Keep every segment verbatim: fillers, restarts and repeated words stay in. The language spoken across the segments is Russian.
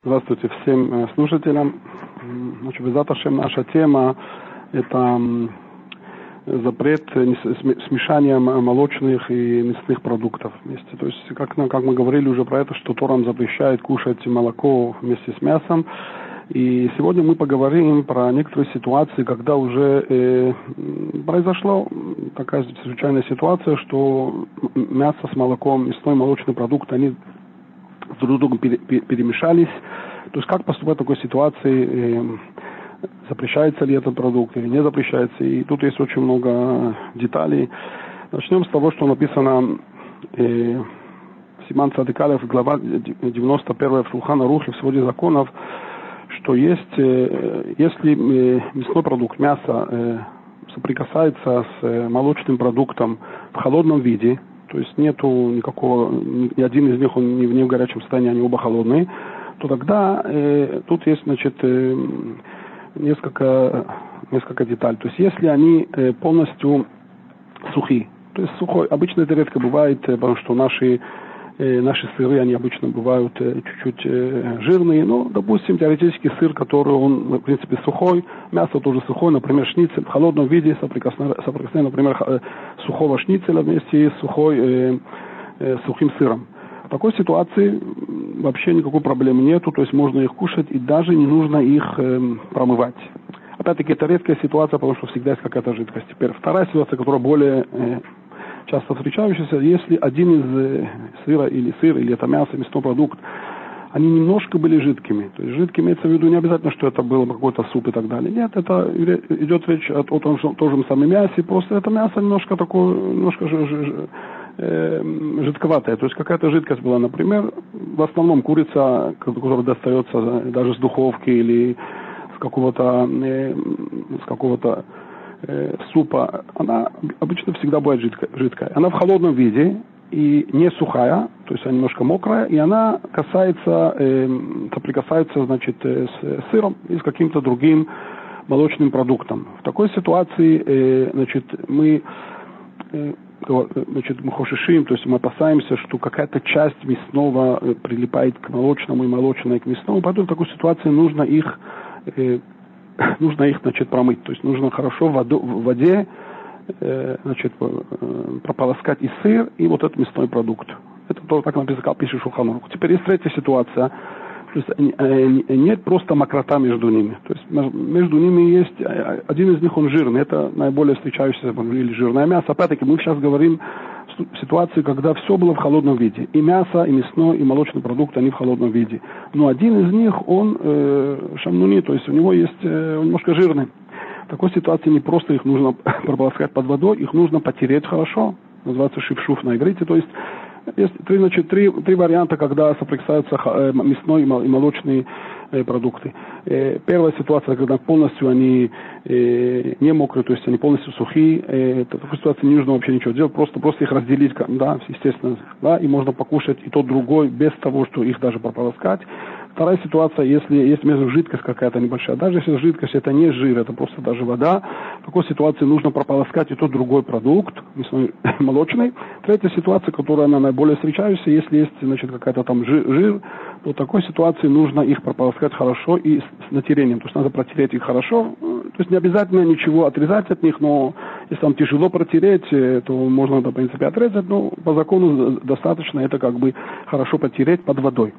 Здравствуйте всем слушателям. Значит, Безат Ашем, наша тема – это запрет смешания молочных и мясных продуктов вместе. То есть, как, как мы говорили уже про это, что Тора запрещает кушать молоко вместе с мясом. И сегодня мы поговорим про некоторые ситуации, когда уже э, произошла такая чрезвычайная ситуация, что мясо с молоком, мясной молочный продукт, они друг с другом перемешались. То есть как поступать в такой ситуации, запрещается ли этот продукт или не запрещается. И тут есть очень много деталей. Начнем с того, что написано э, Симан Цадик Алеф, глава девяносто первая в Шулхан Арухе, в своде законов, что есть, э, если э, мясной продукт, мясо э, соприкасается с э, молочным продуктом в холодном виде, то есть нету никакого, ни один из них он не в, не в горячем состоянии, они оба холодные, то тогда э, тут есть, значит, э, несколько, несколько деталей. То есть если они э, полностью сухие, то есть сухой, обычно это редко бывает, э, потому что наши, э, наши сыры, они обычно бывают э, чуть-чуть э, жирные, но, допустим, теоретически сыр, который он, в принципе, сухой, мясо тоже сухое, например, шницель в холодном виде, соприкосновение, соприкосновение например, э, сухого шницеля вместе с сухой, э, э, сухим сыром. В такой ситуации вообще никакой проблемы нету, то есть можно их кушать и даже не нужно их э, промывать. Опять-таки это редкая ситуация, потому что всегда есть какая-то жидкость. Теперь вторая ситуация, которая более э, часто встречающаяся, если один из э, сыра или сыр, или это мясо, мясной продукт, они немножко были жидкими. То есть жидкий имеется в виду не обязательно, что это был какой-то суп и так далее. Нет, это идет речь о, о том, что, том же самом мясе, просто это мясо немножко такое, немножко ж, ж, ж, э, жидковатое. То есть какая-то жидкость была, например, в основном курица, которая достается даже с духовки или с какого-то, э, с какого-то э, супа, она обычно всегда будет жидкая, жидкая. Она в холодном виде и не сухая, то есть она немножко мокрая, и она касается, э, соприкасается, значит, с сыром и с каким-то другим молочным продуктом. В такой ситуации, э, значит, мы, э, значит, мы хошишим, то есть мы опасаемся, что какая-то часть мясного прилипает к молочному и молочное к мясному, поэтому в такой ситуации нужно их, э, нужно их, значит, промыть, то есть нужно хорошо в, воду, в воде, значит, прополоскать и сыр, и вот этот мясной продукт. Это то, как написано, пишет Шулхан Арух. Теперь есть третья ситуация. То есть нет просто мокрота между ними. То есть между ними есть, один из них он жирный, это наиболее встречающийся, или жирное мясо. Опять-таки мы сейчас говорим в ситуации, когда все было в холодном виде. И мясо, и мясной, и молочный продукт, они в холодном виде. Но один из них, он э, шамнуни, то есть у него есть, э, он немножко жирный. В такой ситуации не просто их нужно прополоскать под водой, их нужно потереть хорошо, называется шифшуф на иврите, то есть есть три, значит, три, три варианта, когда соприкасаются мясной и молочные продукты. Первая ситуация, когда полностью они не мокрые, то есть они полностью сухие, в такой ситуации не нужно вообще ничего делать, просто, просто их разделить, да, естественно, да, и можно покушать и тот, другой, без того, что их даже прополоскать. Вторая ситуация, если есть между жидкость какая-то небольшая, даже если жидкость это не жир, это просто даже вода, в такой ситуации нужно прополоскать и тот другой продукт, мясной, молочный. Третья ситуация, которая она наиболее встречающаяся, если есть, значит, какая-то там жир, жир, то в такой ситуации нужно их прополоскать хорошо и с, с натерением, то есть надо протереть их хорошо, то есть не обязательно ничего отрезать от них, но если там тяжело протереть, то можно это, в принципе, отрезать, но по закону достаточно это как бы хорошо потереть под водой.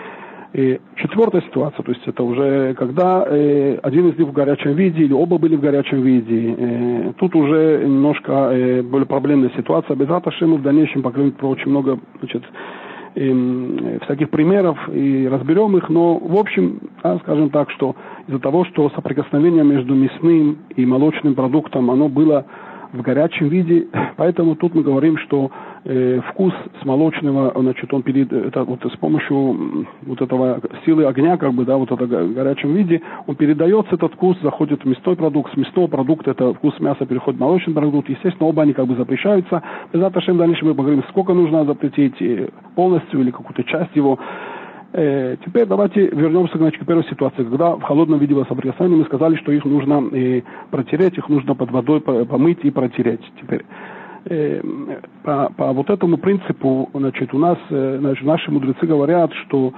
И четвертая ситуация, то есть это уже когда э, один из них в горячем виде или оба были в горячем виде, э, тут уже немножко э, более проблемная ситуация. Безат Ашем мы в дальнейшем поговорим про очень много, значит, э, всяких примеров и разберем их, но в общем, да, скажем так, что из-за того, что соприкосновение между мясным и молочным продуктом, оно было в горячем виде, поэтому тут мы говорим, что э, вкус с молочного, значит, он перед, это, вот, с помощью вот этого силы огня, как бы, да, вот это в горячем виде, он передается, этот вкус, заходит в мясной продукт, с мясного продукта это вкус мяса переходит в молочный продукт, естественно, оба они как бы запрещаются. Безат Ашем дальше мы поговорим, сколько нужно запретить, полностью или какую-то часть его. Э, теперь давайте вернемся, значит, к первой ситуации, когда в холодном виде было соприкосновение, мы сказали, что их нужно э, протереть, их нужно под водой помыть и протереть. Теперь э, по, по вот этому принципу, значит, у нас, э, значит, наши мудрецы говорят, что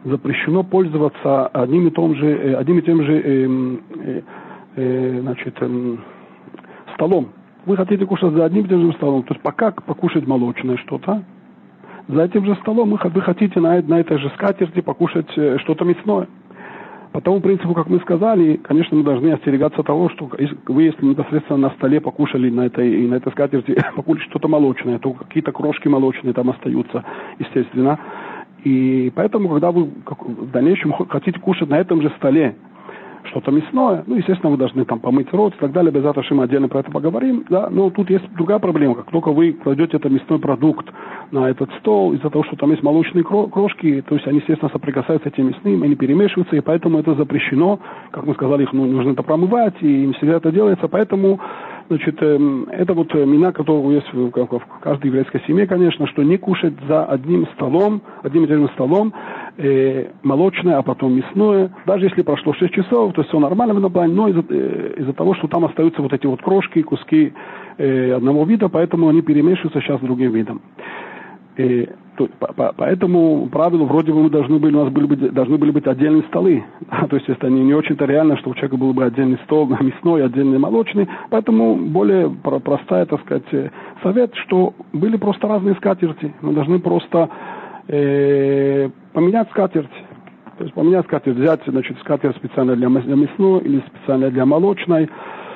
запрещено пользоваться одним и, том же, одним и тем же э, э, э, значит, э, столом. Вы хотите кушать за одним и тем же столом, то есть пока покушать молочное что-то, за этим же столом вы хотите на, на этой же скатерти покушать что-то мясное. По тому принципу, как мы сказали, конечно, мы должны остерегаться того, что вы, если непосредственно на столе покушали на этой, на этой скатерти, покушали что-то молочное, то какие-то крошки молочные там остаются, естественно. И поэтому, когда вы в дальнейшем хотите кушать на этом же столе что-то мясное, ну, естественно, вы должны там помыть рот и так далее, без этого мы отдельно про это поговорим, да, но тут есть другая проблема, как только вы кладете этот мясной продукт на этот стол, из-за того, что там есть молочные крошки, то есть они, естественно, соприкасаются с этим мясным, они перемешиваются, и поэтому это запрещено, как мы сказали, их ну, нужно это промывать, и не всегда это делается, поэтому, значит, это вот мина, которая есть в, в каждой еврейской семье, конечно, что не кушать за одним столом, одним и тем же столом, э, молочное, а потом мясное, даже если прошло шесть часов, то есть все нормально в этом плане, но из-за, э, из-за того, что там остаются вот эти вот крошки, куски э, одного вида, поэтому они перемешиваются сейчас с другим видом. И, то, по, по, по этому правилу вроде бы мы должны были, у нас были, должны были быть отдельные столы. То есть это не, не очень-то реально, что у человека был бы отдельный стол мясной, отдельный молочный. Поэтому более про, простая, так сказать, совет, что были просто разные скатерти. Мы должны просто э, поменять скатерть. То есть поменять скатерть, взять, значит, скатерть специально для мясной или специально для молочной.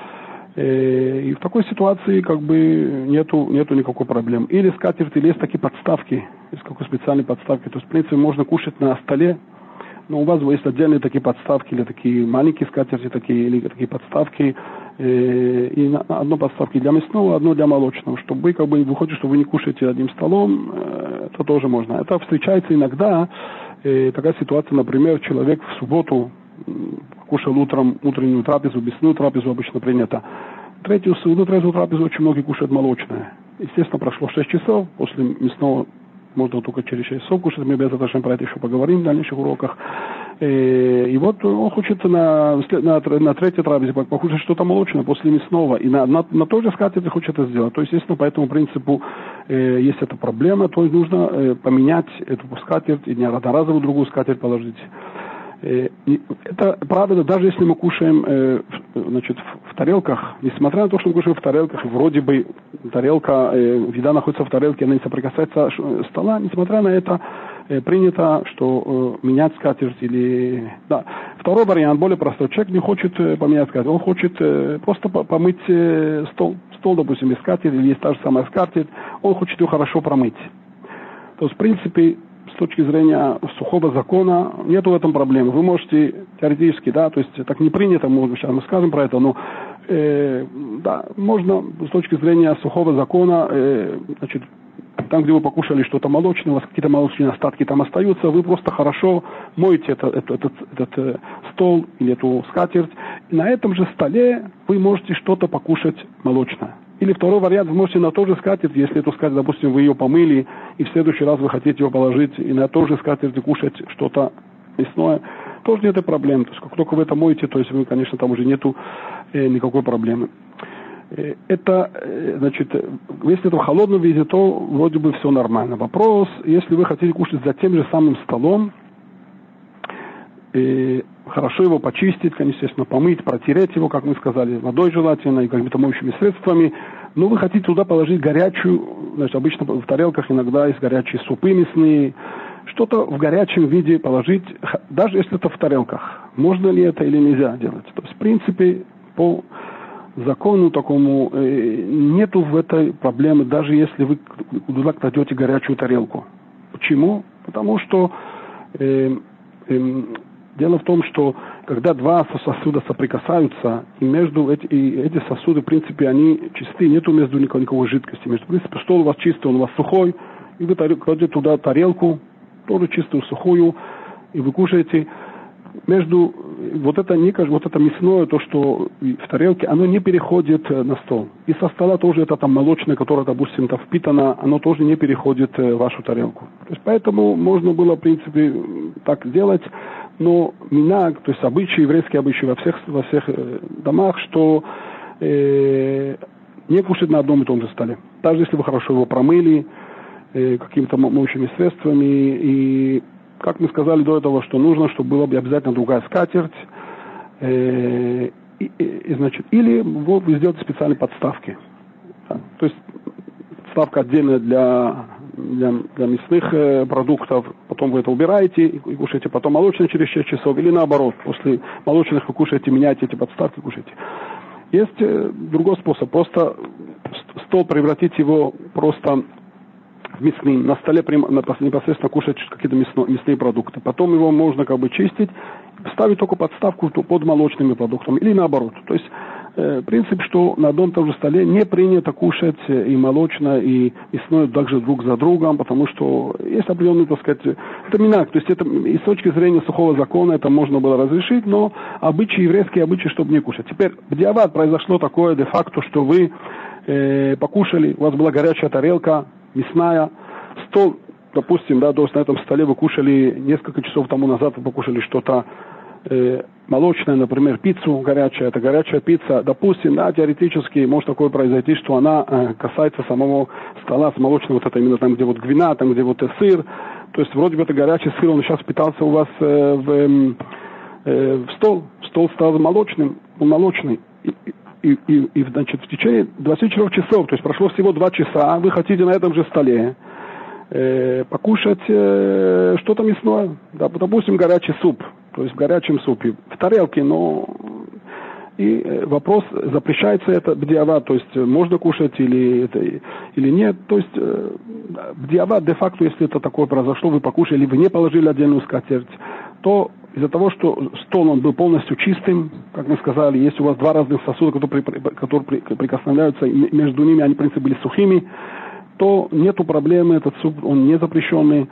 И в такой ситуации как бы нету, нету никакой проблемы. Или скатерть, или есть такие подставки, есть какой специальные подставки. То есть, в принципе, можно кушать на столе, но у вас есть отдельные такие подставки, или такие маленькие скатерти, такие, или такие подставки. И одно подставки для мясного, одно для молочного. Чтобы вы, как бы, выходит, что вы не кушаете одним столом, это тоже можно. Это встречается иногда. Такая ситуация, например, человек в субботу кушал утром утреннюю трапезу, мясную трапезу обычно принято. Третью, ну, третью трапезу очень многие кушают молочное. Естественно, прошло шесть часов, после мясного можно только через шесть часов кушать, мы без этого про это еще поговорим в дальнейших уроках. И, и вот он хочет на, на, на третьей трапезе покушать что-то молочное после мясного, и на, на, на той же скатерти хочет это сделать. То есть, естественно, по этому принципу э, есть эта проблема, то есть нужно э, поменять эту скатерть и не одноразовую другую скатерть положить. Это правило, даже если мы кушаем э, значит, в, в тарелках, несмотря на то, что мы кушаем в тарелках, вроде бы тарелка, э, еда находится в тарелке, она не соприкасается стола, несмотря на это, э, принято, что э, менять скатерть или... Да. Второй вариант, более простой. Человек не хочет э, поменять скатерть, он хочет э, просто помыть э, стол, стол, допустим, без скатерть, или есть та же самая скатерть, он хочет ее хорошо промыть. То есть, в принципе, с точки зрения сухого закона нету в этом проблемы. Вы можете теоретически, да, то есть так не принято, может быть, сейчас мы скажем про это, но э, да, можно с точки зрения сухого закона, э, значит, там, где вы покушали что-то молочное, у вас какие-то молочные остатки там остаются, вы просто хорошо моете это, это, этот, этот э, стол или эту скатерть, и на этом же столе вы можете что-то покушать молочное. Или второй вариант, вы можете на тот же скатерть, если эту скатерть, допустим, вы ее помыли, и в следующий раз вы хотите ее положить, и на той же скатерти кушать что-то мясное, тоже нет проблем. То есть, как только вы это моете, то есть, вы, конечно, там уже нету э, никакой проблемы. Э, это, э, значит, если это в холодном виде, то вроде бы все нормально. Вопрос, если вы хотите кушать за тем же самым столом, э, хорошо его почистить, конечно, естественно, помыть, протереть его, как мы сказали, водой желательно и какими-то моющими средствами. Но вы хотите туда положить горячую, значит, обычно в тарелках иногда есть горячие супы мясные, что-то в горячем виде положить, даже если это в тарелках. Можно ли это или нельзя делать? То есть, в принципе, по закону такому э, нету в этой проблемы, даже если вы туда кладете горячую тарелку. Почему? Потому что э, э, дело в том, что когда два сосуда соприкасаются, и между эти, и эти сосуды, в принципе, они чистые, нету между никакой, никакой жидкости. Между, в принципе, стол у вас чистый, он у вас сухой, и вы кладете туда тарелку, тоже чистую, сухую, и вы кушаете. Между вот это, не, вот это мясное, то, что в тарелке, оно не переходит на стол. И со стола тоже это там молочное, которое, допустим, там впитано, оно тоже не переходит в вашу тарелку. То есть поэтому можно было, в принципе, так сделать. Но минаг, то есть обычаи, еврейские обычаи во всех, во всех э, домах, что э, не кушать на одном и том же столе. Даже если вы хорошо его промыли э, какими-то моющими средствами, и как мы сказали до этого, что нужно, чтобы была обязательно другая скатерть, э, и, и, и, значит, или вы, вы сделаете специальные подставки. Да? То есть подставка отдельная для, для, для мясных э, продуктов, потом вы это убираете и, и кушаете, потом молочные через шесть часов, или наоборот, после молочных вы кушаете, меняете эти подставки, кушаете. Есть э, другой способ, просто стол превратить его просто в мясный, на столе непосредственно кушать какие-то мясно, мясные продукты. Потом его можно как бы чистить, ставить только подставку под молочными продуктами, или наоборот. То есть э, принцип, что на одном и том же столе не принято кушать и молочное, и мясное также друг за другом, потому что есть определенный, так сказать, это минак, то есть это и с точки зрения сухого закона это можно было разрешить, но обычаи, еврейские обычаи, чтобы не кушать. Теперь в диават произошло такое де-факто, что вы э, покушали, у вас была горячая тарелка, мясная, стол, допустим, да, то есть на этом столе вы кушали несколько часов тому назад, вы покушали что-то э, молочное, например, пиццу горячая, это горячая пицца, допустим, да, теоретически может такое произойти, что она э, касается самого стола с молочным, вот это именно там, где вот гвина, там, где вот сыр, то есть вроде бы это горячий сыр, он сейчас питался у вас э, в, э, в стол, стол стал молочным, он молочный. И, и, и, значит, в течение двадцати четырёх часов, то есть прошло всего два часа, вы хотите на этом же столе э, покушать э, что-то мясное, да, допустим, горячий суп, то есть в горячем супе, в тарелке, но и э, вопрос, запрещается это бдиават, то есть можно кушать или, это, или нет, то есть э, бдиават де-факто, если это такое произошло, вы покушали, вы не положили отдельную скатерть, то из-за того, что стол он был полностью чистым, как мы сказали, есть у вас два разных сосуда, которые, которые прикосновляются, и между ними они, в принципе, были сухими, то нету проблемы, этот суп, он не запрещенный.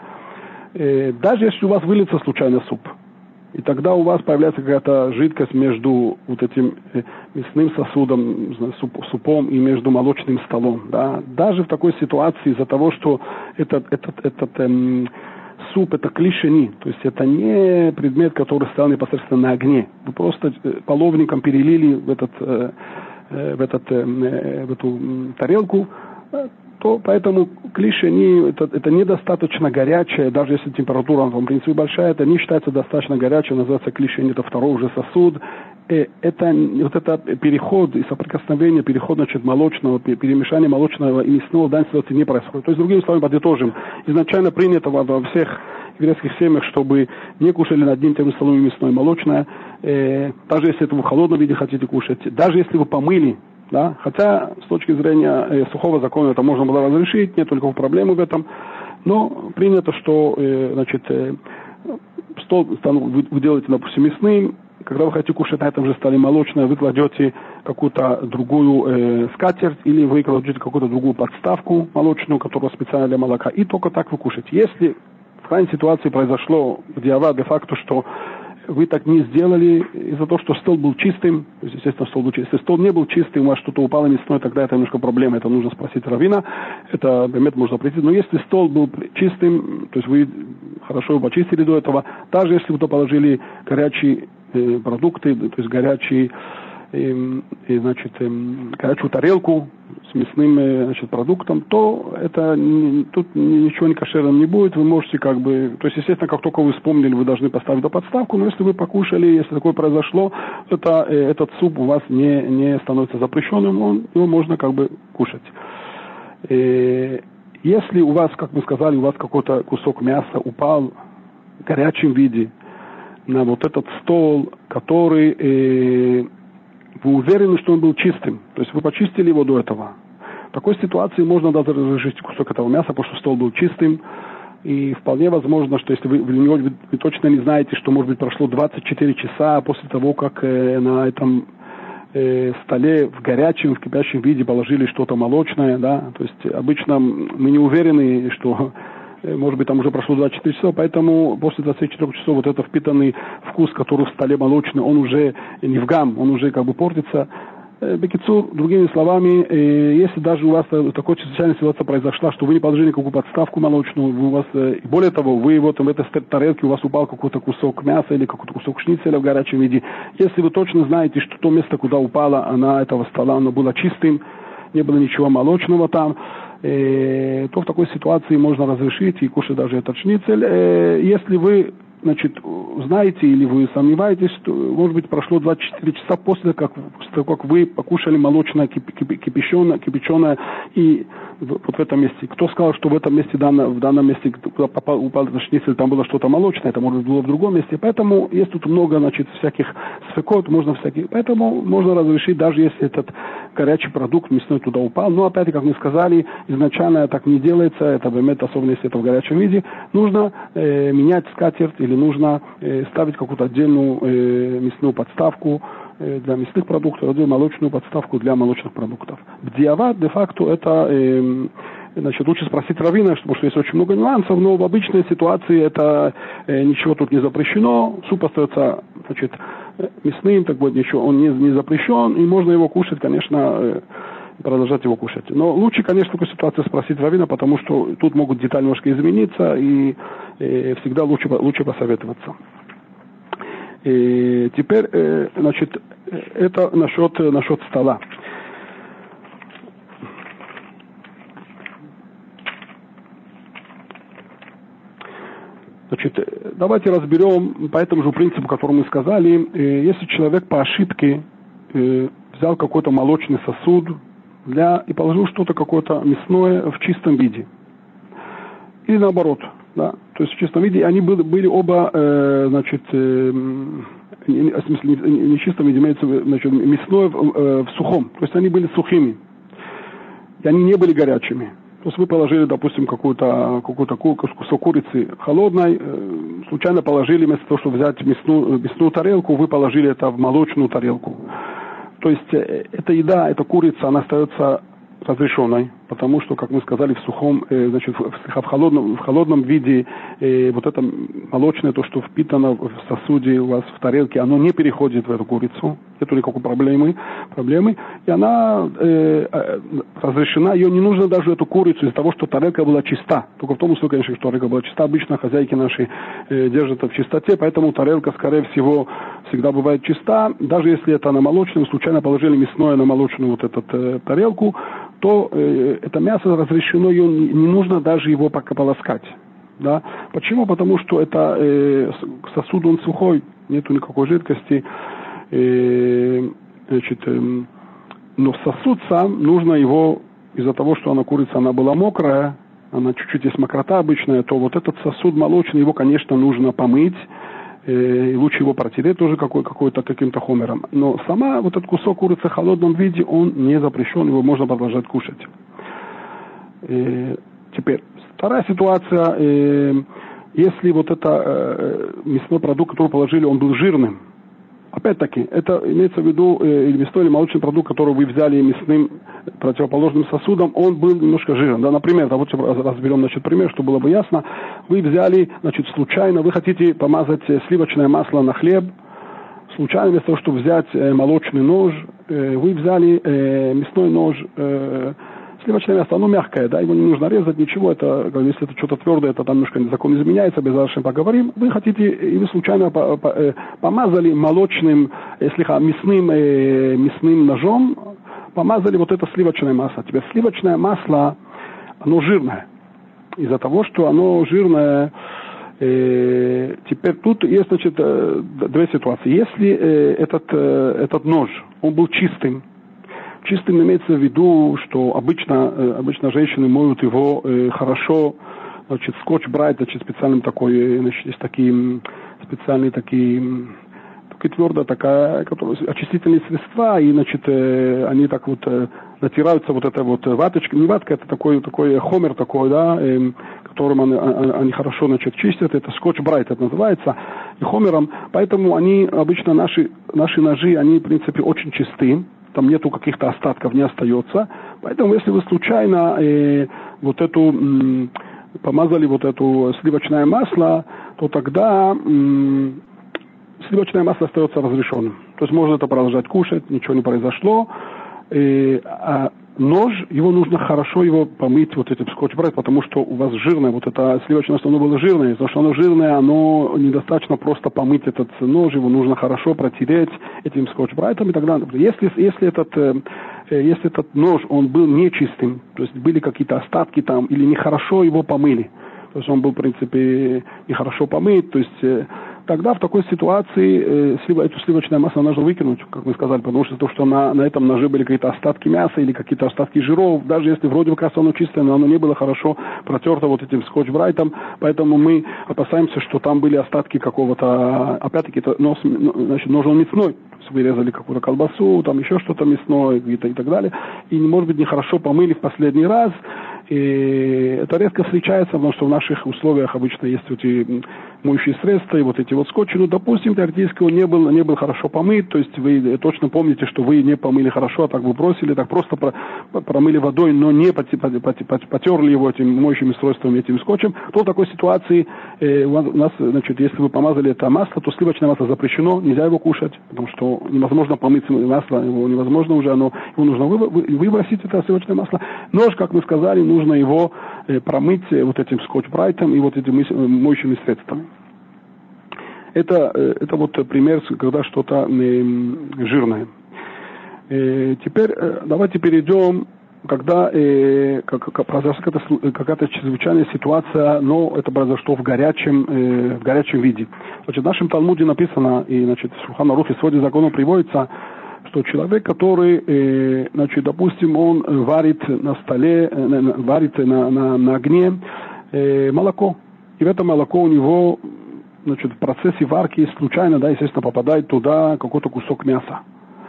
Даже если у вас выльется случайно суп, и тогда у вас появляется какая-то жидкость между вот этим мясным сосудом, суп, супом и между молочным столом. Да? Даже в такой ситуации из-за того, что этот, этот, этот эм, суп это клишени, то есть это не предмет, который стоял непосредственно на огне. Вы просто половником перелили в, этот, э, в, этот, э, в эту тарелку, то поэтому клишени это, это недостаточно горячее, даже если температура в принципе большая, это не считается достаточно горячим, называется клишени, это второй уже сосуд. И это вот это переход и соприкосновение, переход, значит, молочного, перемешание молочного и мясного в данной ситуации не происходит. То есть, другими словами, подытожим, изначально принято во, во всех еврейских семьях, чтобы не кушали над одним тем столом мясное и молочное, э, даже если это вы в холодном виде хотите кушать, даже если вы помыли, да, хотя с точки зрения э, сухого закона это можно было разрешить, нет только проблемы в этом, но принято, что э, значит, э, стол вы, вы делаете, допустим, мясным, когда вы хотите кушать на этом же столе молочное, вы кладете какую-то другую э, скатерть или вы кладете какую-то другую подставку молочную, которая специально для молока, и только так вы кушаете. Если в крайней ситуации произошло в диават де-факто, что вы так не сделали из-за того, что стол был чистым, то есть, естественно, стол был чистым. Если стол не был чистый, у вас что-то упало мясное, тогда это немножко проблема, это нужно спросить раввина, это момент можно прийти. Но если стол был чистым, то есть вы хорошо его почистили до этого, даже если вы то положили горячие э, продукты, то есть горячие, э, э, значит, э, горячую тарелку с мясным э, значит, продуктом, то это тут ничего не кошерным не будет, вы можете как бы, то есть, естественно, как только вы вспомнили, вы должны поставить эту подставку, но если вы покушали, если такое произошло, это, э, этот суп у вас не, не становится запрещенным, он, его можно как бы кушать. Э, если у вас, как мы сказали, у вас какой-то кусок мяса упал в горячем виде на вот этот стол, который э, вы уверены, что он был чистым, то есть вы почистили его до этого. В такой ситуации можно даже разрешить кусок этого мяса, потому что стол был чистым, и вполне возможно, что если вы, вы, вы, вы точно не знаете, что, может быть, прошло двадцать четыре часа после того, как э, на этом э, столе в горячем, в кипящем виде положили что-то молочное, да, то есть обычно мы не уверены, что может быть, там уже прошло двадцать четыре часа, поэтому после двадцати четырёх часов вот этот впитанный вкус, который в столе молочный, он уже не в гам, он уже как бы портится. Бекицур, другими словами, если даже у вас такая чрезвычайная ситуация произошла, что вы не положили какую подставку молочную, вы у вас, более того, вы вот в этой тарелке у вас упал какой-то кусок мяса или какой-то кусок шницеля в горячем виде, если вы точно знаете, что то место, куда упало, она этого стола, оно было чистым, не было ничего молочного там, э, то в такой ситуации можно разрешить и кушать даже этот шницель. Э, если вы, значит, знаете или вы сомневаетесь, что, может быть, прошло двадцать четыре часа после, как, после того, как вы покушали молочное, кип, кип, кипяченое, кипяченое, и вот в этом месте. Кто сказал, что в этом месте, данно, в данном месте, куда попал, упал этот шницель, там было что-то молочное, это может быть было в другом месте. Поэтому есть тут много, значит, всяких сфекот, можно всяких, поэтому можно разрешить, даже если этот горячий продукт мясной туда упал. Но опять, как мы сказали, изначально так не делается, это бемет, особенно если это в горячем виде, нужно э, менять скатерть или нужно э, ставить какую-то отдельную э, мясную подставку э, для мясных продуктов, отдельную молочную подставку для молочных продуктов. Бдиават, де-факто, это э, значит, лучше спросить раввина, потому что есть очень много нюансов, но в обычной ситуации это э, ничего тут не запрещено, суп остается, значит, мясным, так вот ничего, он не, не запрещен, и можно его кушать, конечно, э, продолжать его кушать. Но лучше, конечно, в такой ситуации спросить раввина, потому что тут могут детали немножко измениться, и, и всегда лучше, лучше посоветоваться. И теперь, э, значит, это насчет, насчет стола. Значит, давайте разберем по этому же принципу, который мы сказали. Если человек по ошибке взял какой-то молочный сосуд для, и положил что-то какое-то мясное в чистом виде, или наоборот, да, то есть в чистом виде, они были, были оба, э, значит, э, не, в смысле, не, не в чистом виде, имеется, значит, мясное в, э, в сухом, то есть они были сухими, и они не были горячими. То есть вы положили, допустим, какую-то, какую-то кусок курицы холодной, э, случайно положили, вместо того, чтобы взять мясную, мясную тарелку, вы положили это в молочную тарелку. То есть э, эта еда, эта курица, она остается разрешенной, потому что, как мы сказали, в сухом, э, значит, в, в, холодном, в холодном виде э, вот это молочное, то, что впитано в сосуде у вас в тарелке, оно не переходит в эту курицу, нету никакой проблемы, проблемы, и она э, э, разрешена, ее не нужно даже эту курицу из-за того, что тарелка была чиста, только в том случае, конечно, что тарелка была чиста, обычно хозяйки наши э, держат это в чистоте, поэтому тарелка, скорее всего, всегда бывает чиста, даже если это на молочную, случайно положили мясное на молочную вот эту э, тарелку, то э, это мясо разрешено, ее не, не нужно даже его пока полоскать. Да? Почему? Потому что это э, сосуд, он сухой, нету никакой жидкости. Э, значит, э, но сосуд сам, нужно его, из-за того, что она курица, она была мокрая, она чуть-чуть есть мокрота обычная, то вот этот сосуд молочный, его, конечно, нужно помыть, и лучше его протереть тоже какой, какой-то каким-то хомером. Но сама вот этот кусок курицы в холодном виде, он не запрещен, его можно продолжать кушать. И теперь, вторая ситуация, и если вот это э, мясной продукт, который положили, он был жирным, опять-таки, это имеется в виду э, или мясной, или молочный продукт, который вы взяли мясным противоположным сосудом, он был немножко жирным. Да, например, давайте разберем, значит, пример, чтобы было бы ясно. Вы взяли, значит, случайно, вы хотите помазать сливочное масло на хлеб, случайно вместо того, чтобы взять э, молочный нож, э, вы взяли э, мясной нож, э, сливочное мясо, оно мягкое, да, его не нужно резать, ничего, это, если это что-то твердое, это там немножко закон изменяется, без дальше поговорим. Вы хотите, и вы случайно по, по, э, помазали молочным, если мясным, э, мясным ножом, помазали вот это сливочное масло. Теперь сливочное масло, оно жирное. Из-за того, что оно жирное, э, теперь тут есть, значит, э, две ситуации. Если э, этот, э, этот нож, он был чистым, чистым имеется в виду, что обычно, э, обычно женщины моют его э, хорошо, значит, скотч-брайт, значит, специальным такой, значит, есть такие специальные такие, такая твердая такая, которая, очистительные средства, и, значит, э, они так вот э, натираются вот этой вот ваточкой, не ватка, это такой, такой хомер такой, да, э, которым они, они хорошо, значит, чистят, это скотч-брайт это называется, и хомером, поэтому они, обычно наши, наши ножи, они, в принципе, очень чистые, там нету каких-то остатков, не остается, поэтому, если вы случайно э, вот эту, м, помазали вот эту сливочное масло, то тогда м, сливочное масло остается разрешенным. То есть можно это продолжать кушать, ничего не произошло. И, а нож, его нужно хорошо его помыть, вот этим скотч брать, потому что у вас жирное, вот это сливочное масло, оно было жирное, потому что оно жирное, оно недостаточно просто помыть этот нож, его нужно хорошо протереть этим скотч брайтом и так далее. Если, если этот, если этот нож, он был нечистым, то есть были какие-то остатки там, или нехорошо его помыли, то есть он был, в принципе, нехорошо помыт, то есть тогда в такой ситуации э, слив, эту сливочное масло нужно выкинуть, как мы сказали, потому что то, что на, на этом ноже были какие-то остатки мяса или какие-то остатки жиров, даже если вроде бы кажется оно чистое, но оно не было хорошо протерто вот этим скотч-брайтом, поэтому мы опасаемся, что там были остатки какого-то, опять-таки, это нож, значит, нож он мясной, то есть вырезали какую-то колбасу, там еще что-то мясное и, и так далее, и, может быть, нехорошо помыли в последний раз. И это редко встречается, потому что в наших условиях обычно есть эти моющие средства и вот эти вот скотчи. Ну, допустим, теоретически он не был, не был хорошо помыт, то есть вы точно помните, что вы не помыли хорошо, а так вы бросили, так просто про, промыли водой, но не потерли его этим моющим средством, этим скотчем, то в такой ситуации э, у нас, значит, если вы помазали это масло, то сливочное масло запрещено, нельзя его кушать, потому что невозможно помыть масло, его невозможно уже, оно, его нужно выбросить, это сливочное масло. Нож, как мы сказали, нужно его э, промыть э, вот этим скотч-брайтом и вот этими моющими средствами. Это, э, это вот пример, когда что-то э, жирное. Э, теперь э, давайте перейдем, когда э, как, как произошла какая-то, какая-то чрезвычайная ситуация, но это произошло в горячем, э, в горячем виде. Значит, в нашем Талмуде написано, и значит, в Шулхан Арухе в своде закона приводится, что человек, который, э, значит, допустим, он варит на столе, э, варит на, на, на огне э, молоко, и в это молоко у него, значит, в процессе варки случайно, да, естественно, попадает туда какой-то кусок мяса.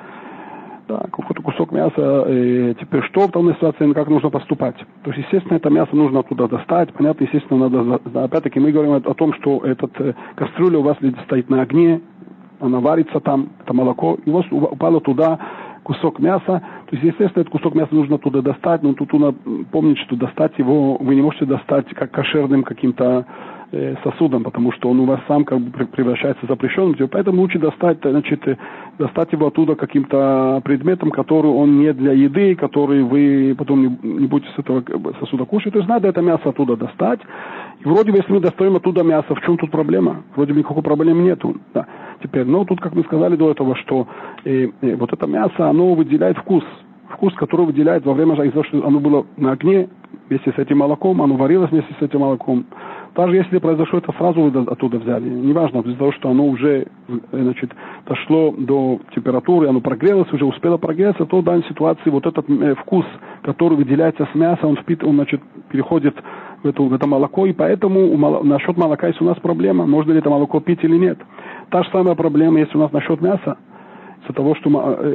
Да, какой-то кусок мяса. Э, теперь что в данной ситуации, как нужно поступать? То есть, естественно, это мясо нужно оттуда достать. Понятно, естественно, надо, опять-таки, мы говорим о том, что этот э, кастрюля у вас стоит на огне, она варится там, это молоко, и у вас упало туда кусок мяса, то есть, естественно, этот кусок мяса нужно туда достать, но тут нужно помнить, что достать его вы не можете достать как кошерным каким-то э, сосудом, потому что он у вас сам как бы превращается в запрещенным, поэтому лучше достать, значит, достать его оттуда каким-то предметом, который он не для еды, который вы потом не, не будете с этого сосуда кушать, то есть надо это мясо оттуда достать, и вроде бы, если мы достаем оттуда мясо, в чем тут проблема? Вроде бы никакой проблемы нету, да. Теперь, но тут, как мы сказали до этого, что э, э, вот это мясо, оно выделяет вкус. Вкус, который выделяет во время жарки, что оно было на огне вместе с этим молоком, оно варилось вместе с этим молоком. Даже если произошло это сразу, вы оттуда взяли. Неважно, из-за того, что оно уже, значит, дошло до температуры, оно прогрелось, уже успело прогреться, то в данной ситуации вот этот э, вкус, который выделяется с мяса, он, впит, он значит, переходит в, эту, в это молоко, и поэтому у мол... насчет молока есть у нас проблема, можно ли это молоко пить или нет. Та же самая проблема есть у нас насчет мяса, из-за того, что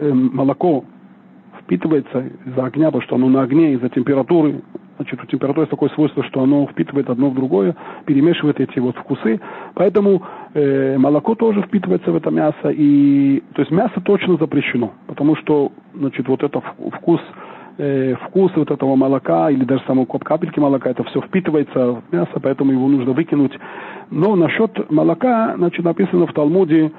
молоко впитывается из-за огня, потому что оно на огне, из-за температуры. Значит, у температуры есть такое свойство, что оно впитывает одно в другое, перемешивает эти вот вкусы. Поэтому э, молоко тоже впитывается в это мясо. И, то есть мясо точно запрещено, потому что, значит, вот это вкус, э, вкус вот этого молока или даже самой капельки молока, это все впитывается в мясо, поэтому его нужно выкинуть. Но насчет молока, значит, написано в Талмуде,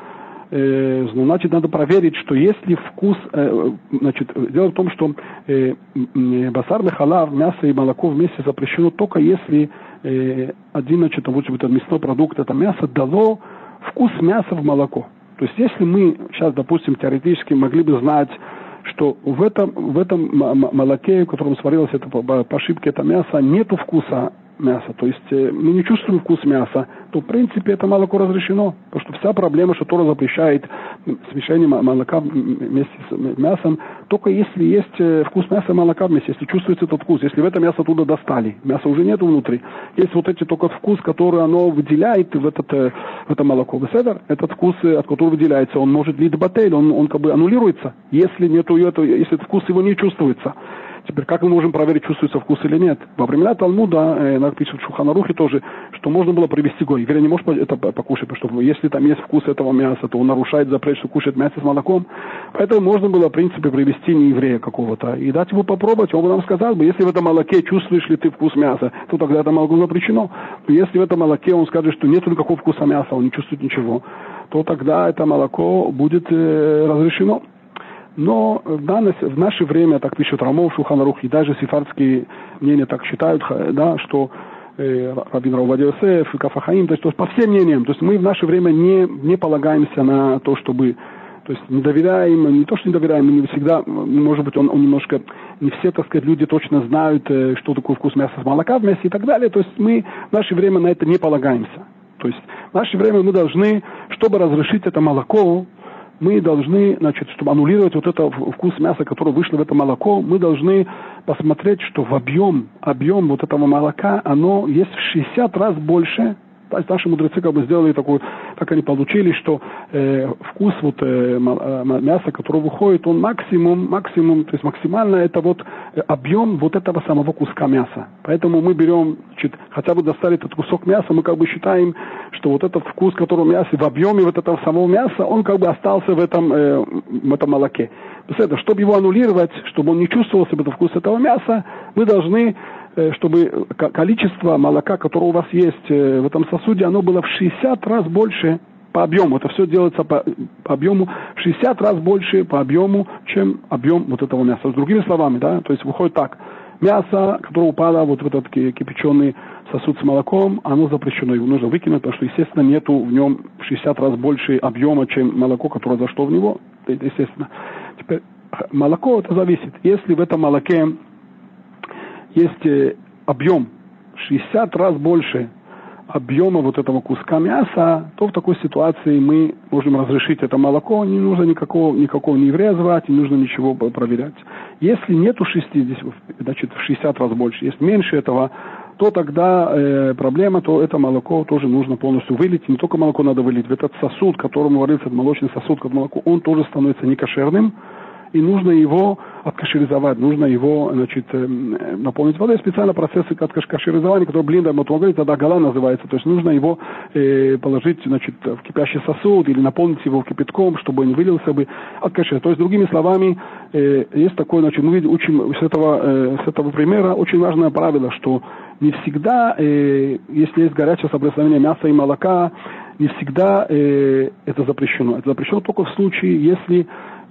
э, значит, надо проверить, что если вкус, э, значит, дело в том, что э, басар бехалав, мясо и молоко вместе запрещено только если э, один, значит, вот, этот мясной продукт, это мясо дало вкус мяса в молоко. То есть, если мы сейчас, допустим, теоретически могли бы знать, что в этом, в этом молоке, в котором сварилось это, по ошибке это мясо, нету вкуса мяса, то есть э, мы не чувствуем вкус мяса, то в принципе это молоко разрешено, потому что вся проблема, что Тора запрещает смешение молока вместе с мясом, только если есть э, вкус мяса и молока вместе, если чувствуется этот вкус, если в это мясо оттуда достали, мяса уже нету внутри, есть вот эти только вкус, который оно выделяет в, этот, э, в это молоко, этот вкус, э, от которого выделяется, он может лить батель, он, он как бы аннулируется, если нету этого, если этот вкус его не чувствуется. Теперь, как мы можем проверить, чувствуется вкус или нет? Во времена Талмуда, э, написано в Шулхан Арухе тоже, что можно было привести гой. Еврей не может это покушать, потому что если там есть вкус этого мяса, то он нарушает запрет, что кушать мясо с молоком. Поэтому можно было, в принципе, привести не еврея какого-то и дать ему попробовать. Он бы нам сказал бы, если в этом молоке чувствуешь ли ты вкус мяса, то тогда это молоко запрещено. Но если в этом молоке он скажет, что нет никакого вкуса мяса, он не чувствует ничего, то тогда это молоко будет э, разрешено. Но в, данное, в наше время, так пишет Рамов, Шулхан Арух, и даже сефардские мнения так считают, да, что э, Равин Рав Овадия Йосеф, Каф ха-Хаим, то есть, то есть по всем мнениям, то есть мы в наше время не, не полагаемся на то, чтобы, то есть не доверяем, не то, что не доверяем, мы не всегда, может быть, он, он немножко, не все, так сказать, люди точно знают, э, что такое вкус мяса с молока в мясе и так далее, то есть мы в наше время на это не полагаемся. То есть в наше время мы должны, чтобы разрешить это молоко, мы должны, значит, чтобы аннулировать вот этот вкус мяса, который вышло в это молоко, мы должны посмотреть, что в объем, объем вот этого молока, оно есть в шестьдесят раз больше. То есть наши мудрецы как бы сделали такую, так они получили, что э, вкус вот э, мяса, которое выходит, он максимум, максимум, то есть максимально это вот объем вот этого самого куска мяса. Поэтому мы берем, значит, хотя бы достали этот кусок мяса, мы как бы считаем, что вот этот вкус, который в мясе, в объеме вот этого самого мяса, он как бы остался в этом, э, в этом молоке. То есть это, чтобы его аннулировать, чтобы он не чувствовал себе вкус этого мяса, мы должны, чтобы количество молока, которое у вас есть в этом сосуде, оно было в шестьдесят раз больше по объему. Это все делается по, по объему, в шестьдесят раз больше по объему, чем объем вот этого мяса. С другими словами, да, то есть выходит так. Мясо, которое упало вот в этот кипяченый сосуд с молоком, оно запрещено, его нужно выкинуть, потому что, естественно, нету в нем в шестьдесят раз больше объема, чем молоко, которое зашло в него. Это естественно. Теперь молоко, это зависит. Если в этом молоке есть э, объем шестьдесят раз больше объема вот этого куска мяса, то в такой ситуации мы можем разрешить это молоко, не нужно никакого, никакого не еврея звать, не нужно ничего проверять. Если нету шестьдесят, значит в шестьдесят раз больше, если меньше этого, то тогда э, проблема, то это молоко тоже нужно полностью вылить. Не только молоко надо вылить, в этот сосуд, которому варится этот молочный сосуд, как молоко, он тоже становится некошерным. И нужно его откашеризовать, нужно его, значит, наполнить водой. Специально процессы откашеризования, которые блинда, вот он говорит, тогда гала называется. То есть нужно его э, положить, значит, в кипящий сосуд или наполнить его кипятком, чтобы он вылился бы откашер. То есть, другими словами, э, есть такое, значит, мы видим, учим с этого, э, с этого примера очень важное правило, что не всегда, э, если есть горячее соприкосновение мяса и молока, не всегда э, это запрещено. Это запрещено только в случае, если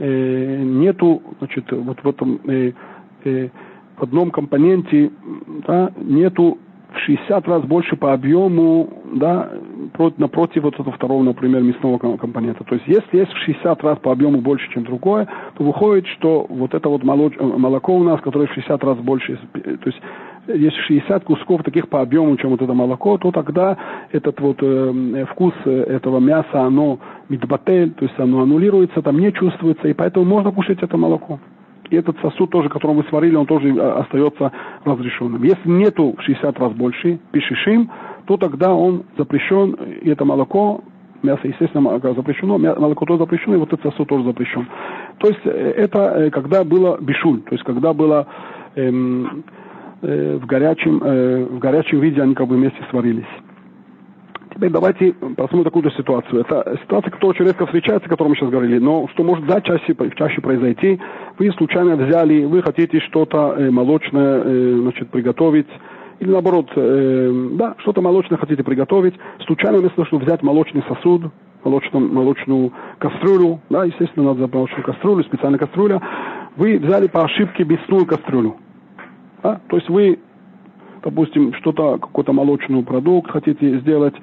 э, нету, значит, вот в этом э, э, в одном компоненте, да, нету в шестьдесят раз больше по объему, да, напротив вот этого второго, например, мясного компонента. То есть, если есть в шестьдесят раз по объему больше, чем другое, то выходит, что вот это вот молоч, молоко у нас, которое в шестьдесят раз больше, то есть есть шестьдесят кусков таких по объему, чем вот это молоко, то тогда этот вот э, вкус этого мяса, оно мидбатель, то есть оно аннулируется, там не чувствуется, и поэтому можно кушать это молоко. И этот сосуд тоже, который мы сварили, он тоже остается разрешенным. Если нету в шестьдесят раз больше, пишешим, то тогда он запрещен, и это молоко, мясо, естественно, запрещено, молоко тоже запрещено, и вот этот сосуд тоже запрещен. То есть это когда было бишуль, то есть когда было эм, э, в, горячем, э, в горячем виде они как бы вместе сварились. Теперь давайте посмотрим такую же ситуацию. Это ситуация, которая очень редко встречается, о которой мы сейчас говорили, но что может да, чаще, чаще произойти. Вы случайно взяли, вы хотите что-то э, молочное э, значит, приготовить, или наоборот, э, да, что-то молочное хотите приготовить, случайно вместо того, чтобы взять молочный сосуд, молочную, молочную кастрюлю, да, естественно, надо взять молочную кастрюлю, специальная кастрюля, вы взяли по ошибке мясную кастрюлю. Да? То есть вы, допустим, что-то, какой-то молочный продукт хотите сделать,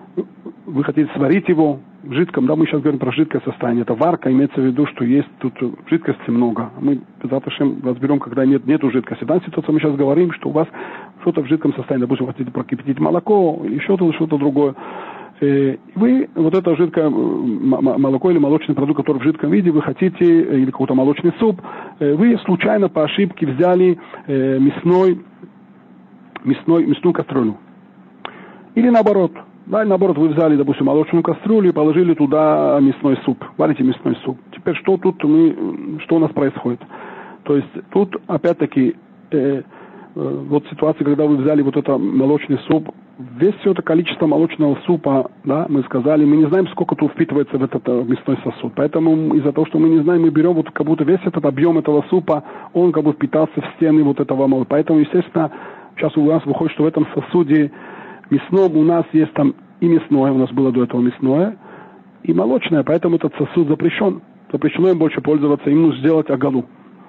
вы хотите сварить его в жидком, да, мы сейчас говорим про жидкое состояние, это варка, имеется в виду, что есть тут жидкости много. Мы завтра разберем, когда нет, нету жидкости. В данной ситуации мы сейчас говорим, что у вас что-то в жидком состоянии, допустим, хотите прокипятить молоко или что-то, что-то другое. И вы вот это жидкое молоко или молочный продукт, который в жидком виде, вы хотите, или какой-то молочный суп, вы случайно по ошибке взяли мясной, мясной, мясную кастрюлю. Или наоборот. Да, наоборот, вы взяли, допустим, молочную кастрюлю и положили туда мясной суп. Варите мясной суп. Теперь что тут мы, что у нас происходит? То есть тут опять-таки э, э, вот ситуация, когда вы взяли вот это молочный суп, весь все это количество молочного супа, да, мы сказали, мы не знаем, сколько тут впитывается в этот э, мясной сосуд. Поэтому из-за того, что мы не знаем, мы берем вот как будто весь этот объем этого супа, он как бы впитался в стены вот этого молока. Поэтому, естественно, сейчас у нас выходит, что в этом сосуде мясном у нас есть там и мясное, у нас было до этого мясное, и молочное, поэтому этот сосуд запрещен. запрещено им больше пользоваться, им нужно сделать агалу.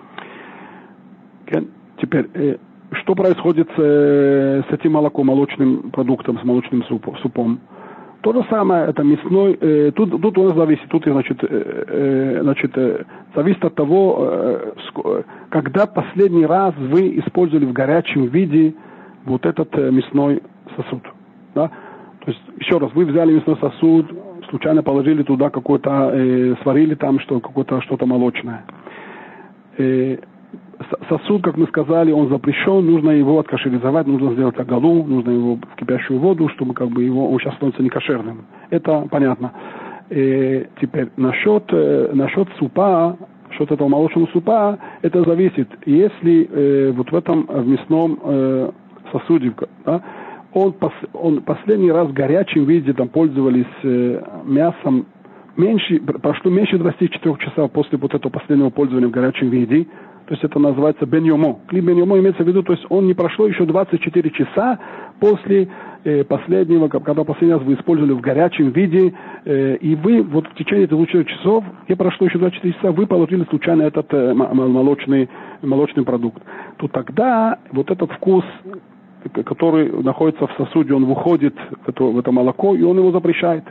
Теперь, э, что происходит с, с этим молоком, молочным продуктом, с молочным супом? То же самое, это мясной, э, тут, тут у нас зависит, тут, значит, э, значит э, зависит от того, э, когда последний раз вы использовали в горячем виде вот этот э, мясной сосуд. Да? То есть, еще раз, вы взяли мясной сосуд, случайно положили туда какой-то, э, сварили там что, какое-то что-то молочное. Э, Сосуд, как мы сказали, он запрещен, нужно его откашеризовать, нужно сделать агалу, нужно его в кипящую воду, чтобы как бы его, он сейчас становится некошерным. Это понятно. И теперь насчет, насчет супа, насчет этого молочного супа, это зависит. Если э, вот в этом в мясном э, сосуде, да, он, пос, он последний раз в горячем виде там пользовались э, мясом, меньше, прошло меньше двадцати четырёх часов после вот этого последнего пользования в горячем виде. То есть это называется бен-йомо. Кли бен-йомо имеется в виду, то есть он не прошло еще двадцать четыре часа после э, последнего, когда последний раз вы использовали в горячем виде, э, и вы вот в течение этих четырёх часов, не прошло еще двадцать четыре часа, вы положили случайно этот э, молочный, молочный продукт. То тогда вот этот вкус, который находится в сосуде, он выходит в это, в это молоко, и он его запрещает.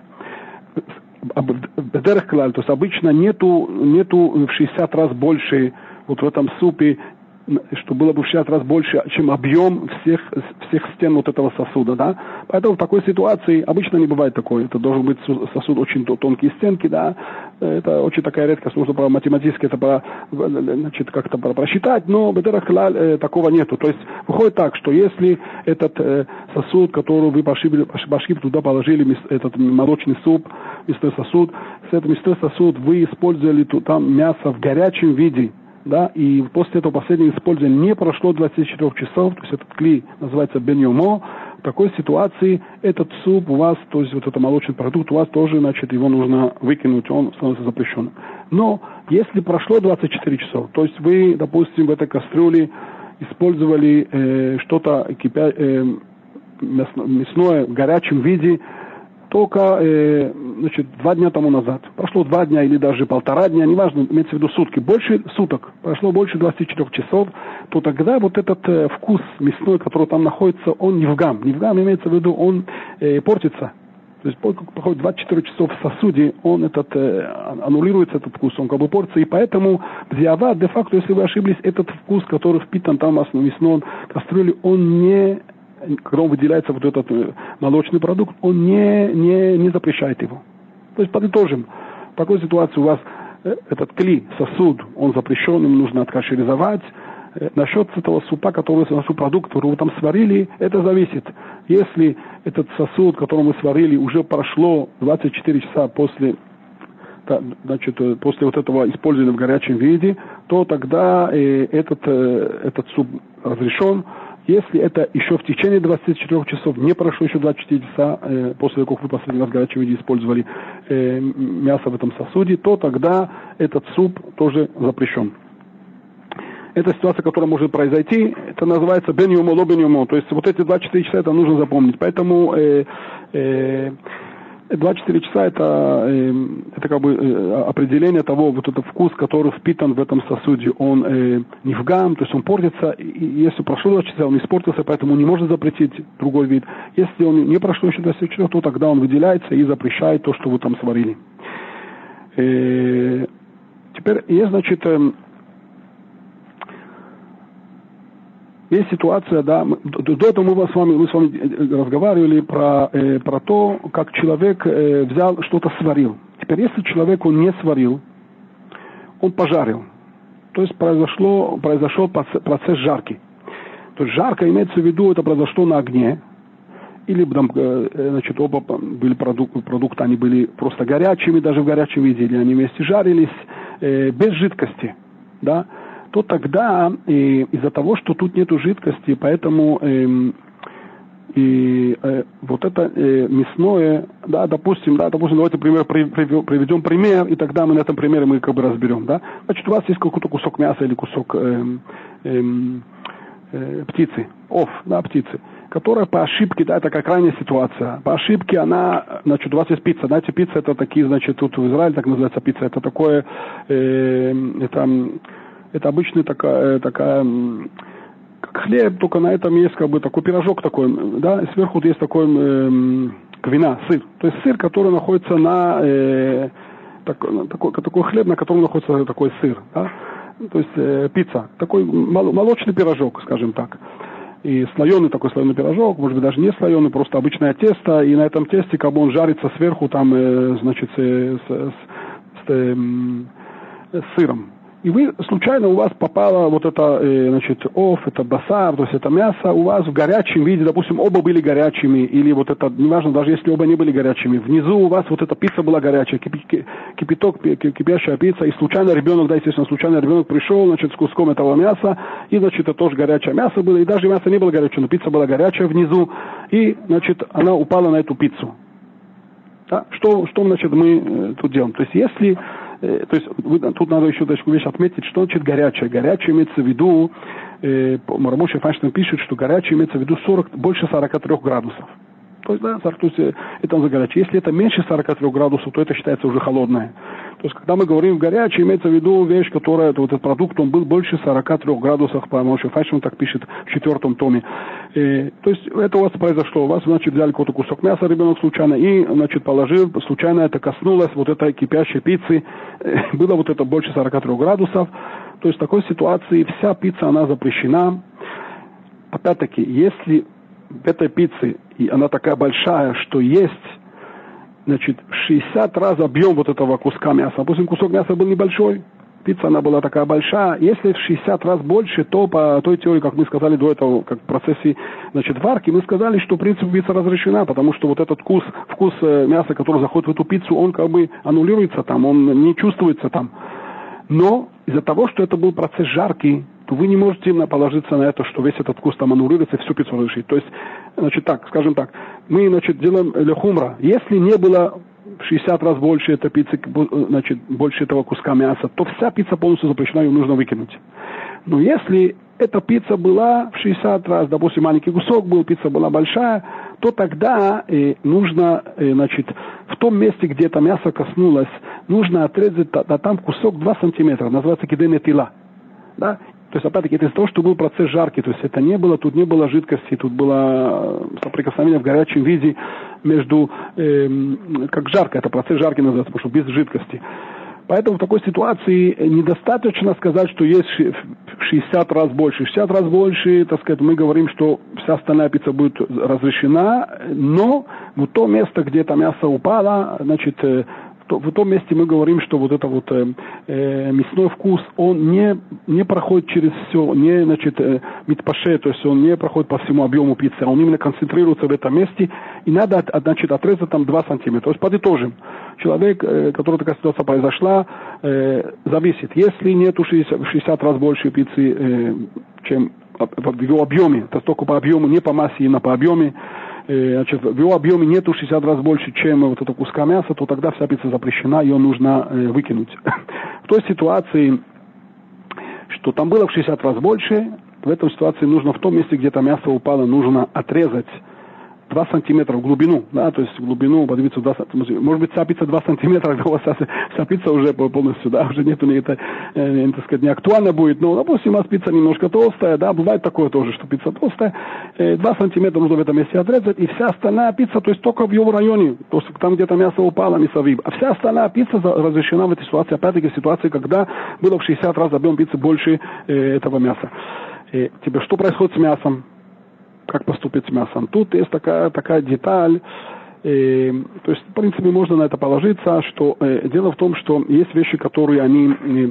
То есть обычно нету, нету в шестьдесят раз больше вот в этом супе, что было бы в шестьдесят раз больше, чем объем всех, всех стен вот этого сосуда, да. Поэтому в такой ситуации обычно не бывает такое. Это должен быть сосуд очень тонкие стенки, да. Это очень такая редкость, нужно про математически это про, значит, как-то просчитать, но бедерах-клаль такого нету. То есть выходит так, что если этот э, сосуд, который вы по ошибке туда положили, этот молочный суп, мясной сосуд, с этим мясной сосуд вы использовали там мясо в горячем виде, да, и после этого последнего использования не прошло двадцать четыре часов, то есть этот кли называется бен-йомо. В такой ситуации этот суп у вас, то есть вот этот молочный продукт у вас тоже, значит, его нужно выкинуть, он становится запрещенным. Но если прошло двадцать четыре часов, то есть вы, допустим, в этой кастрюле использовали э, что-то кипя, э, мясное, мясное в горячем виде, только э, значит, два дня тому назад. Прошло два дня или даже полтора дня, неважно, имеется в виду сутки, больше суток, прошло больше двадцати четырёх часов, то тогда вот этот э, вкус мясной, который там находится, он не в гам. Не в гам имеется в виду, он э, портится. То есть проходит двадцать четыре часов в сосуде, он этот, э, аннулируется этот вкус, он как бы портится, и поэтому диават, де-факто, если вы ошиблись, этот вкус, который впитан там в мясном кастрюле, он не... когда он выделяется вот этот молочный продукт, он не, не, не запрещает его. То есть подытожим, в такой ситуации у вас этот кли, сосуд, он запрещен, ему нужно откашеризовать. Насчет этого супа, который, продукт, который вы там сварили, это зависит. Если этот сосуд, который мы сварили, уже прошло двадцать четыре часа после, значит, после вот этого использования в горячем виде, то тогда э, этот, э, этот суп разрешен. Если это еще в течение двадцати четырёх часов, не прошло еще двадцать четыре часа э, после того, как вы последний раз в горячем виде использовали э, мясо в этом сосуде, то тогда этот суп тоже запрещен. Это ситуация, которая может произойти, это называется бен-йомо, ло бен-йомо. То есть вот эти двадцать четыре часа это нужно запомнить. Поэтому э, э, двадцать четыре часа это, э, это как бы э, определение того, вот этот вкус, который впитан в этом сосуде, он э, не в гам, то есть он портится, и, и если прошло двадцать часа, он испортился, поэтому не можно запретить другой вид. Если он не прошло еще двадцать четыре, то тогда он выделяется и запрещает то, что вы там сварили. Э, теперь есть, значит, э, есть ситуация, да, мы, до, до этого мы с вами, мы с вами разговаривали про, э, про то, как человек э, взял, что-то сварил. Теперь, если человек он не сварил, он пожарил, то есть произошло, произошел процесс жарки. То есть жарко имеется в виду, это произошло на огне, или там, э, значит, оба были продукты, продукты, они были просто горячими, даже в горячем виде, или они вместе жарились, э, без жидкости, да, то тогда э, из-за того, что тут нету жидкости, поэтому э, и, э, вот это э, мясное, да, допустим, да, допустим, давайте пример, при, при, приведем пример, и тогда мы на этом примере мы как бы разберем, да. Значит, у вас есть какой-то кусок мяса или кусок э, э, э, птицы, ов, да, птицы. которая по ошибке, да, это как крайняя ситуация, по ошибке она, значит, у вас есть пицца, знаете, пицца это такие, значит, тут в Израиле так называется пицца, это такое, э, это, это обычная такая, такая, как хлеб, только на этом есть как бы такой пирожок такой, да, и сверху есть такой э, квина, сыр, то есть сыр, который находится на, э, так, такой, такой хлеб, на котором находится такой сыр, да, то есть э, пицца, такой молочный пирожок, скажем так. И слоеный такой слоеный пирожок, может быть даже не слоеный, просто обычное тесто, и на этом тесте как бы он жарится сверху там, э, значит, с, с, с, э, с сыром. И вы, случайно у вас попало вот это, э, значит, оф, это басар, то есть это мясо у вас в горячем виде, допустим, оба были горячими, или вот это, неважно, даже если оба не были горячими, внизу у вас вот эта пицца была горячая, кипяток, кипящая пицца, и случайно ребенок, да, естественно, случайно ребенок пришел, значит, с куском этого мяса, и, значит, это тоже горячее мясо было, и даже мясо не было горячее, но пицца была горячая внизу, и, значит, она упала на эту пиццу. Да? Что, что, значит, мы э, тут делаем? То есть, если... То есть вы, тут надо еще такую вещь отметить, что значит горячее. Горячее имеется в виду, э, Рамоше Файнштейн пишет, что горячее имеется в виду сорок, больше сорока трёх градусов. То есть, да, то есть это за горячее. Если это меньше сорока трёх градусов, то это считается уже холодное. То есть, когда мы говорим горячее, имеется в виду вещь, которая, это, вот этот продукт, он был больше сорока трёх градусов, по Рамоше Файнштейн так пишет в четвертом томе. Э, то есть, это у вас произошло. У вас, значит, взяли какой-то кусок мяса, ребенок случайно, и, значит, положил, случайно это коснулось вот этой кипящей пиццы, э, было вот это больше сорока трёх градусов. То есть, в такой ситуации вся пицца, она запрещена. Опять-таки, если в этой пицце, и она такая большая, что есть, значит, шестьдесят раз объем вот этого куска мяса. Допустим, кусок мяса был небольшой, пицца, она была такая большая. Если в шестьдесят раз больше, то по той теории, как мы сказали до этого, как в процессе, значит, варки, мы сказали, что, в принципе, пицца разрешена, потому что вот этот вкус, вкус мяса, который заходит в эту пиццу, он как бы аннулируется там, он не чувствуется там. Но из-за того, что это был процесс жаркий, то вы не можете именно положиться на это, что весь этот вкус там аннулируется и всю пиццу разрешить. То есть, значит, так, скажем так, мы, значит, делаем лехумра. Если не было в шестьдесят раз больше этой пиццы, значит, больше этого куска мяса, то вся пицца полностью запрещена, ее нужно выкинуть. Но если эта пицца была в шестьдесят раз, допустим, маленький кусок был, пицца была большая, то тогда э, нужно, э, значит, в том месте, где это мясо коснулось, нужно отрезать, а там кусок два сантиметра, называется кидене тила. Да? То есть, опять-таки, это из-за того, что был процесс жаркий, то есть это не было, тут не было жидкости, тут было соприкосновение в горячем виде между, э, как жарко, это процесс жаркий называется, потому что без жидкости. Поэтому в такой ситуации недостаточно сказать, что есть шестьдесят раз больше. шестьдесят раз больше, так сказать, мы говорим, что вся остальная пицца будет разрешена, но в то место, где это мясо упало, значит, в том месте мы говорим, что вот это вот э, э, мясной вкус, он не, не проходит через все, не, значит, э, митпаше, то есть он не проходит по всему объему пиццы, он именно концентрируется в этом месте, и надо, от, значит, отрезать там два сантиметра. То есть подытожим. Человек, э, который такая ситуация произошла, э, зависит. Если нету шестьдесят, шестьдесят раз больше пиццы, э, чем в его объеме, то только по объему, не по массе, именно по объеме, значит, в его объеме нету шестьдесят раз больше, чем вот это куска мяса, то тогда вся пицца запрещена, ее нужно э, выкинуть. В той ситуации, что там было в шестьдесят раз больше, в этой ситуации нужно в том месте, где это мясо упало, нужно отрезать два сантиметра в глубину, да, то есть в глубину подивиться два сантиметра. Может быть, вся пицца два сантиметра, когда у вас вся, вся пицца уже полностью, да, уже нету, не, это, э, так сказать, не актуально будет, но, допустим, у вас пицца немножко толстая, да, бывает такое тоже, что пицца толстая, э, два сантиметра нужно в этом месте отрезать, и вся остальная пицца, то есть только в его районе, то есть там где-то мясо упало, мясовик, а вся остальная пицца разрешена в этой ситуации, опять-таки в ситуации, когда было в шестьдесят раз объем пиццы больше э, этого мяса. Э, теперь, что происходит с мясом? Как поступить с мясом. Тут есть такая, такая деталь, э, то есть, в принципе, можно на это положиться, что э, дело в том, что есть вещи, которые они, э,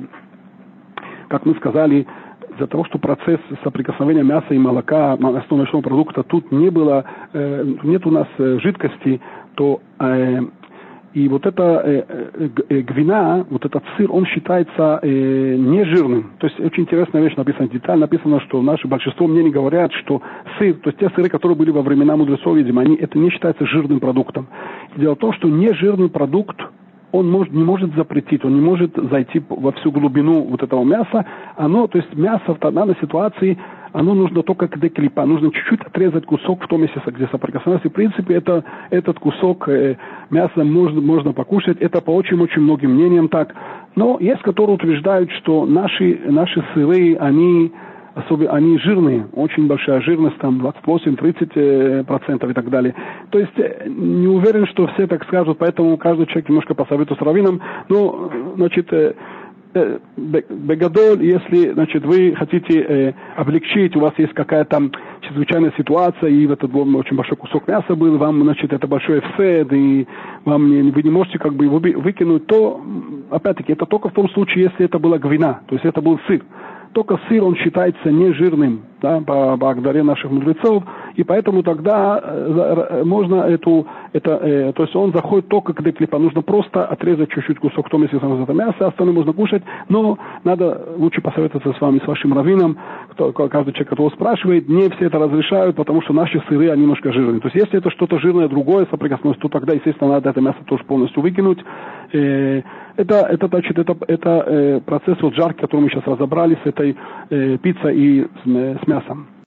как мы сказали, из-за того, что процесс соприкосновения мяса и молока, основного продукта, тут не было, э, нет у нас э, жидкости, то э, и вот эта э, э, гвина, вот этот сыр, он считается э, нежирным. То есть очень интересная вещь написана, деталь написано, что наше большинство мнений говорят, что сыр, то есть те сыры, которые были во времена мудрецов, видимо, они, это не считается жирным продуктом. Дело в том, что нежирный продукт, он может, не может запретить, он не может зайти во всю глубину вот этого мяса. Оно, то есть мясо в данной ситуации, оно нужно только для клипа. Нужно чуть-чуть отрезать кусок в том месте, где соприкосновенность. И, в принципе, это, этот кусок э, мяса можно, можно покушать. Это по очень-очень многим мнениям так. Но есть, которые утверждают, что наши, наши сыры, они, особенно, они жирные. Очень большая жирность, там двадцать восемь - тридцать процентов и так далее. То есть не уверен, что все так скажут, поэтому каждый человек немножко посоветует с раввином. Ну, значит... Бегадоль, если, значит, вы хотите э, облегчить, у вас есть какая-то чрезвычайная ситуация, и в этот очень большой кусок мяса был, вам, значит, это большой эфсед, и вам не, вы не можете как бы его выкинуть, то, опять-таки, это только в том случае, если это была гвина, то есть это был сыр. Только сыр, он считается нежирным, да, по благодаря наших мудрецов, и поэтому тогда э, можно эту, это, э, то есть он заходит только к клипа. Нужно просто отрезать чуть-чуть кусок, в том, если это мясо, остальное можно кушать, но надо лучше посоветоваться с вами, с вашим раввином, кто, каждый человек, кто спрашивает, не все это разрешают, потому что наши сыры, они немножко жирные. То есть если это что-то жирное, другое соприкосновение, то тогда, естественно, надо это мясо тоже полностью выкинуть. Э, это, это, значит, это, это э, процесс вот жарки, который мы сейчас разобрали с этой э, пиццей и с, с мясом.